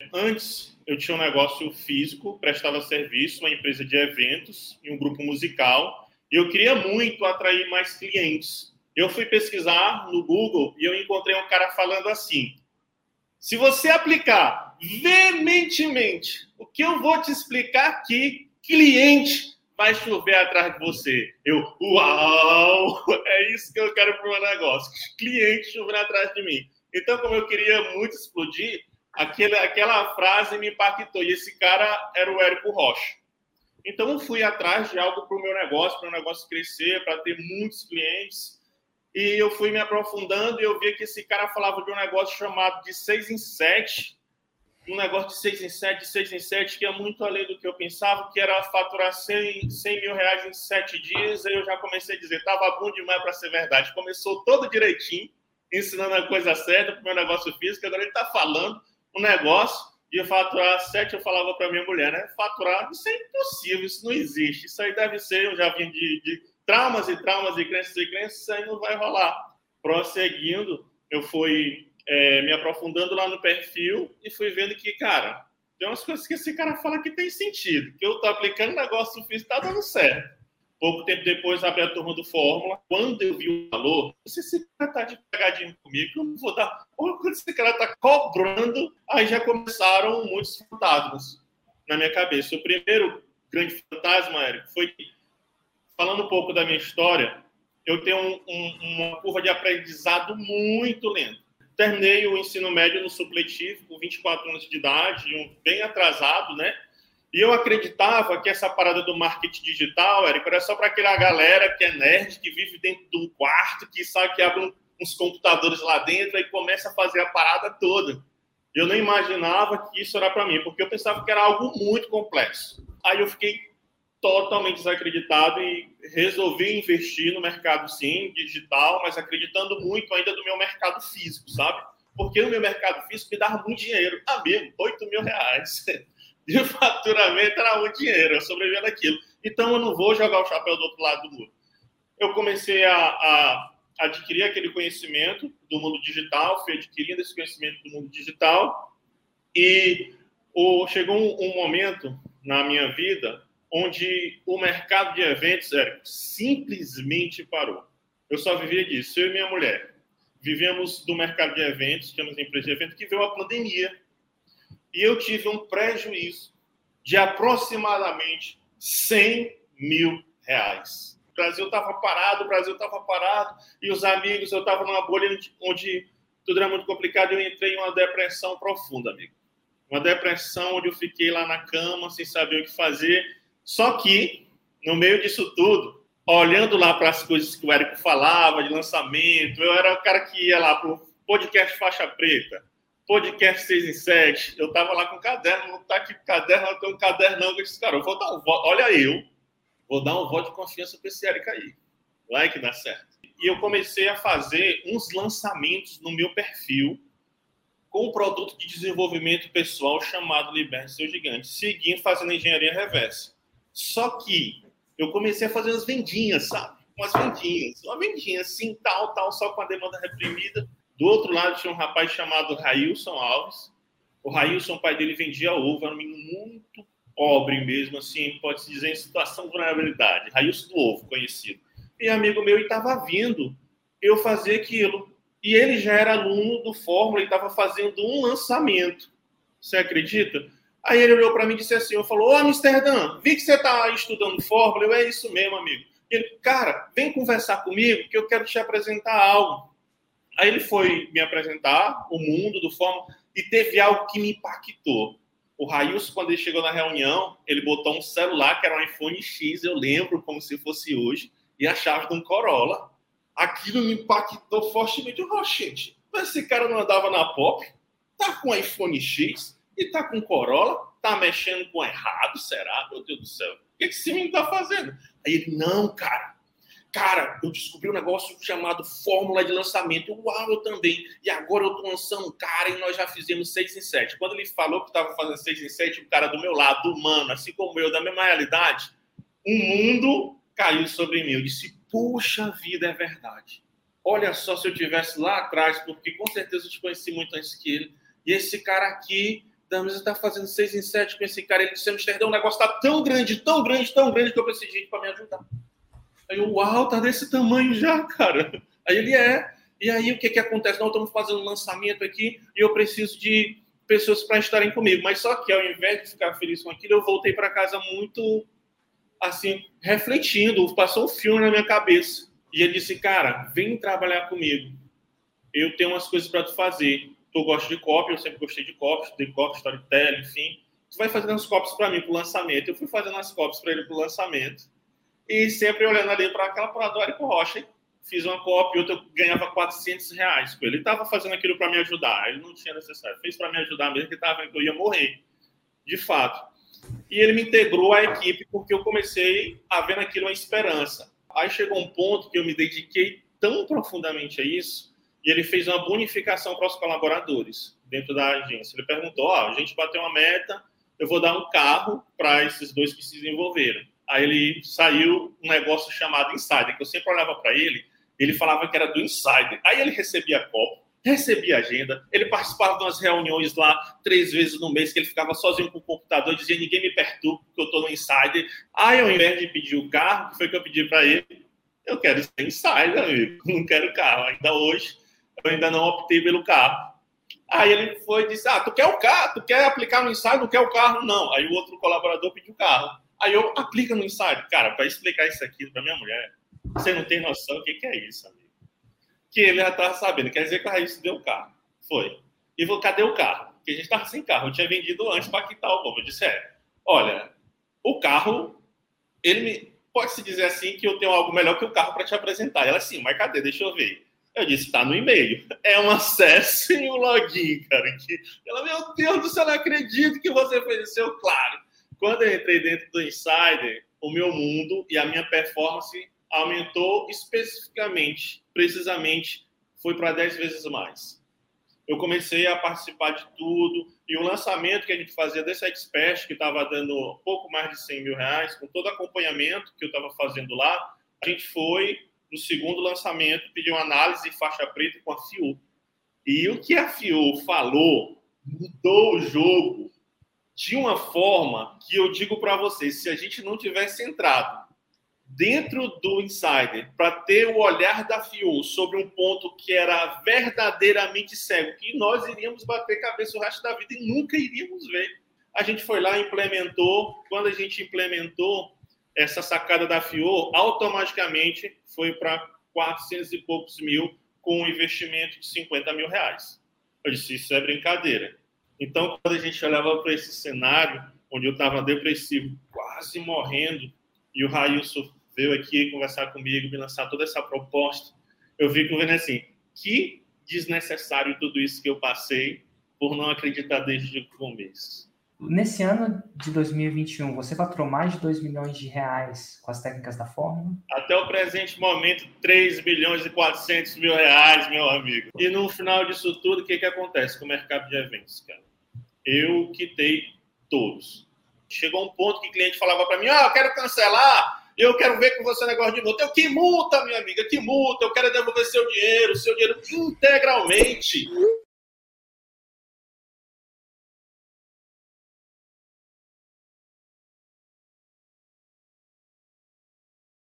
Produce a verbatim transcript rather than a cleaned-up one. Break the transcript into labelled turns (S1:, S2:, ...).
S1: Antes, eu tinha um negócio físico, prestava serviço, uma empresa de eventos e um grupo musical, e eu queria muito atrair mais clientes. Eu fui pesquisar no Google e eu encontrei um cara falando assim: se você aplicar veementemente o que eu vou te explicar aqui, cliente vai chover atrás de você. Eu, uau! É isso que eu quero para o meu negócio. Cliente chovendo atrás de mim. Então, como eu queria muito explodir, aquele, aquela frase me impactou. E esse cara era o Érico Rocha. Então, eu fui atrás de algo para o meu negócio, para o negócio crescer, para ter muitos clientes. E eu fui me aprofundando e eu vi que esse cara falava de um negócio chamado de seis em sete. Um negócio de seis em sete, de seis em sete, que é muito além do que eu pensava, que era faturar cem mil reais em sete dias. Aí eu já comecei a dizer, tava bom demais para ser verdade. Começou todo direitinho, ensinando a coisa certa para o meu negócio físico. Agora ele está falando um negócio de faturar sete. Eu falava para minha mulher, né? Faturar, isso é impossível, isso não existe. Isso aí deve ser, eu já vim de, de traumas e traumas e crenças e crenças, isso aí não vai rolar. Prosseguindo, eu fui... É, me aprofundando lá no perfil e fui vendo que, cara, tem umas coisas que esse cara fala que tem sentido, que eu tô aplicando negócio físico, tá dando certo. Pouco tempo depois, abri a turma do Fórmula. Quando eu vi o valor, não sei se esse cara tá de pegadinho comigo, eu não vou dar... Ou quando esse cara tá cobrando, aí já começaram muitos fantasmas na minha cabeça. O primeiro grande fantasma, Érico, foi que, falando um pouco da minha história, eu tenho um, um, uma curva de aprendizado muito lenta. Terminei o ensino médio no supletivo, com vinte e quatro anos de idade, um bem atrasado, né? E eu acreditava que essa parada do marketing digital, Érico, era só para aquela galera que é nerd, que vive dentro de um quarto, que sabe que abre um, uns computadores lá dentro e começa a fazer a parada toda. Eu não imaginava que isso era para mim, porque eu pensava que era algo muito complexo. Aí eu fiquei totalmente desacreditado e resolvi investir no mercado, sim, digital, mas acreditando muito ainda no meu mercado físico, sabe? Porque no meu mercado físico me dava muito dinheiro. Ah, mesmo, oito mil reais de faturamento era muito dinheiro, eu sobrevivi naquilo. Então eu não vou jogar o chapéu do outro lado do muro. Eu comecei a, a adquirir aquele conhecimento do mundo digital, fui adquirindo esse conhecimento do mundo digital e o, chegou um, um momento na minha vida onde o mercado de eventos, Érico, simplesmente parou. Eu só vivia disso, eu e minha mulher. Vivemos do mercado de eventos, tínhamos empresa de eventos, que veio a pandemia. E eu tive um prejuízo de aproximadamente cem mil reais. O Brasil estava parado, o Brasil estava parado, e os amigos, eu estava numa bolha onde tudo era muito complicado, e eu entrei em uma depressão profunda, amigo. Uma depressão onde eu fiquei lá na cama, sem saber o que fazer. Só que, no meio disso tudo, olhando lá para as coisas que o Érico falava, de lançamento, eu era o cara que ia lá para o podcast Faixa Preta, podcast seis em sete, eu estava lá com o caderno, não está aqui com o caderno, não tem um caderno não, eu disse, cara, eu vou dar um voto, olha eu, vou dar um voto de confiança para esse Érico aí, vai que dá certo. E eu comecei a fazer uns lançamentos no meu perfil, com um produto de desenvolvimento pessoal chamado Liberte Seu Gigante, segui fazendo engenharia reversa. Só que eu comecei a fazer umas vendinhas, sabe? Umas vendinhas. Uma vendinha assim, tal, tal, só com a demanda reprimida. Do outro lado tinha um rapaz chamado Railson Alves. O Railson, o pai dele, vendia ovo. Era um menino muito pobre mesmo, assim, pode-se dizer, em situação de vulnerabilidade. Railson do Ovo, conhecido. E amigo meu, ele estava vindo eu fazer aquilo. E ele já era aluno do Fórmula e estava fazendo um lançamento. Você acredita? Aí ele olhou para mim e disse assim, eu falou, ô Amsterdã, vi que você está estudando Fórmula. Eu, é isso mesmo, amigo. Ele, cara, vem conversar comigo que eu quero te apresentar algo. Aí ele foi me apresentar o mundo do Fórmula e teve algo que me impactou. O Railson, quando ele chegou na reunião, ele botou um celular que era um iPhone X, eu lembro como se fosse hoje, e a chave de um Corolla. Aquilo me impactou fortemente. Eu falei, gente, mas esse cara não andava na Pop, tá com iPhone X e tá com Corolla, tá mexendo com errado, será? Meu Deus do céu, o que esse menino tá fazendo? Aí ele, não, cara, cara, eu descobri um negócio chamado Fórmula de Lançamento. Uau, eu também. E agora eu tô lançando um cara e nós já fizemos seis em sete. Quando ele falou que tava fazendo seis em sete, o cara do meu lado, humano, assim como eu, da mesma realidade, o mundo caiu sobre mim. Eu disse, puxa vida, é verdade. Olha só, se eu tivesse lá atrás, porque com certeza eu te conheci muito antes que ele, e esse cara aqui da mesa tá fazendo seis em sete com esse cara. Ele disse, Amsterdã, o negócio tá tão grande, tão grande, tão grande que eu preciso de gente para me ajudar. Aí eu, uau, tá desse tamanho já, cara. Aí ele é. E aí o que que acontece? Nós estamos fazendo um lançamento aqui e eu preciso de pessoas para estarem comigo. Mas só que ao invés de ficar feliz com aquilo, eu voltei para casa muito, assim, refletindo. Passou um filme na minha cabeça. E ele disse, cara, vem trabalhar comigo. Eu tenho umas coisas para tu fazer. Tu gosta de copy, eu sempre gostei de copy, estudei copy, storytelling, enfim. Tu vai fazendo as copies para mim pro lançamento. Eu fui fazendo as copies para ele pro lançamento. E sempre olhando ali para aquela para do Érico Rocha. Fiz uma copy, outra eu ganhava quatrocentos reais. Ele estava fazendo aquilo para me ajudar. Ele não tinha necessidade. Fez para me ajudar mesmo, que estava vendo que eu ia morrer. De fato. E ele me integrou à equipe porque eu comecei a ver naquilo uma esperança. Aí chegou um ponto que eu me dediquei tão profundamente a isso. E ele fez uma bonificação para os colaboradores dentro da agência. Ele perguntou, ó, oh, a gente bateu uma meta, eu vou dar um carro para esses dois que se desenvolveram. Aí ele saiu um negócio chamado Insider, que eu sempre olhava para ele, ele falava que era do Insider. Aí ele recebia copo, recebia agenda, ele participava de umas reuniões lá três vezes no mês, que ele ficava sozinho com o computador, dizia, ninguém me perturba, porque eu estou no Insider. Aí ao invés de pedir o carro, que foi que eu pedi para ele, eu quero ser Insider, amigo, não quero carro. Ainda hoje, eu ainda não optei pelo carro. Aí ele foi e disse, ah, tu quer o carro? Tu quer aplicar no Insider? Não quer o carro? Não. Aí o outro colaborador pediu o carro. Aí eu, aplica no Insider. Cara, para explicar isso aqui para minha mulher, você não tem noção do que, que é isso, amigo. Que ele já estava sabendo. Quer dizer que o Raíssa deu o carro. Foi. E vou, cadê o carro? Porque a gente estava sem carro. Eu tinha vendido antes para quitar o povo. Eu disse, é, olha, o carro, ele me... Pode-se dizer assim que eu tenho algo melhor que o carro para te apresentar. Ela, assim, mas cadê? Deixa eu ver. Eu disse, tá no e-mail. É um acesso e um login, cara. Que... Ela, meu Deus do céu, não acredito que você fez isso. Eu, claro. Quando eu entrei dentro do Insider, o meu mundo e a minha performance aumentou especificamente, precisamente, foi para dez vezes mais. Eu comecei a participar de tudo, e o lançamento que a gente fazia desse Expert, que estava dando pouco mais de cem mil reais, com todo acompanhamento que eu estava fazendo lá, a gente foi, no segundo lançamento, pedir uma análise faixa preta com a F I O. E o que a F I O falou mudou o jogo de uma forma que eu digo para vocês, se a gente não tivesse entrado dentro do Insider para ter o olhar da F I O sobre um ponto que era verdadeiramente cego, que nós iríamos bater cabeça o resto da vida e nunca iríamos ver. A gente foi lá e implementou. Quando a gente implementou essa sacada da F I O, automaticamente foi para quatrocentos e poucos mil com um investimento de cinquenta mil reais. Eu disse, isso é brincadeira. Então, quando a gente olhava para esse cenário, onde eu estava depressivo, quase morrendo, e o Railson veio aqui conversar comigo, me lançar toda essa proposta, eu fico vendo assim, que desnecessário tudo isso que eu passei por não acreditar desde o começo.
S2: Nesse ano de dois mil e vinte e um, você faturou mais de dois milhões de reais com as técnicas da Fórmula?
S1: Até o presente momento, três milhões e quatrocentos mil reais, meu amigo. E no final disso tudo, o que, que acontece com o mercado de eventos, cara? Eu quitei todos. Chegou um ponto que o cliente falava para mim, ah, eu quero cancelar, eu quero ver com você negócio de multa. Eu, que multa, minha amiga, que multa, eu quero devolver seu dinheiro, seu dinheiro integralmente.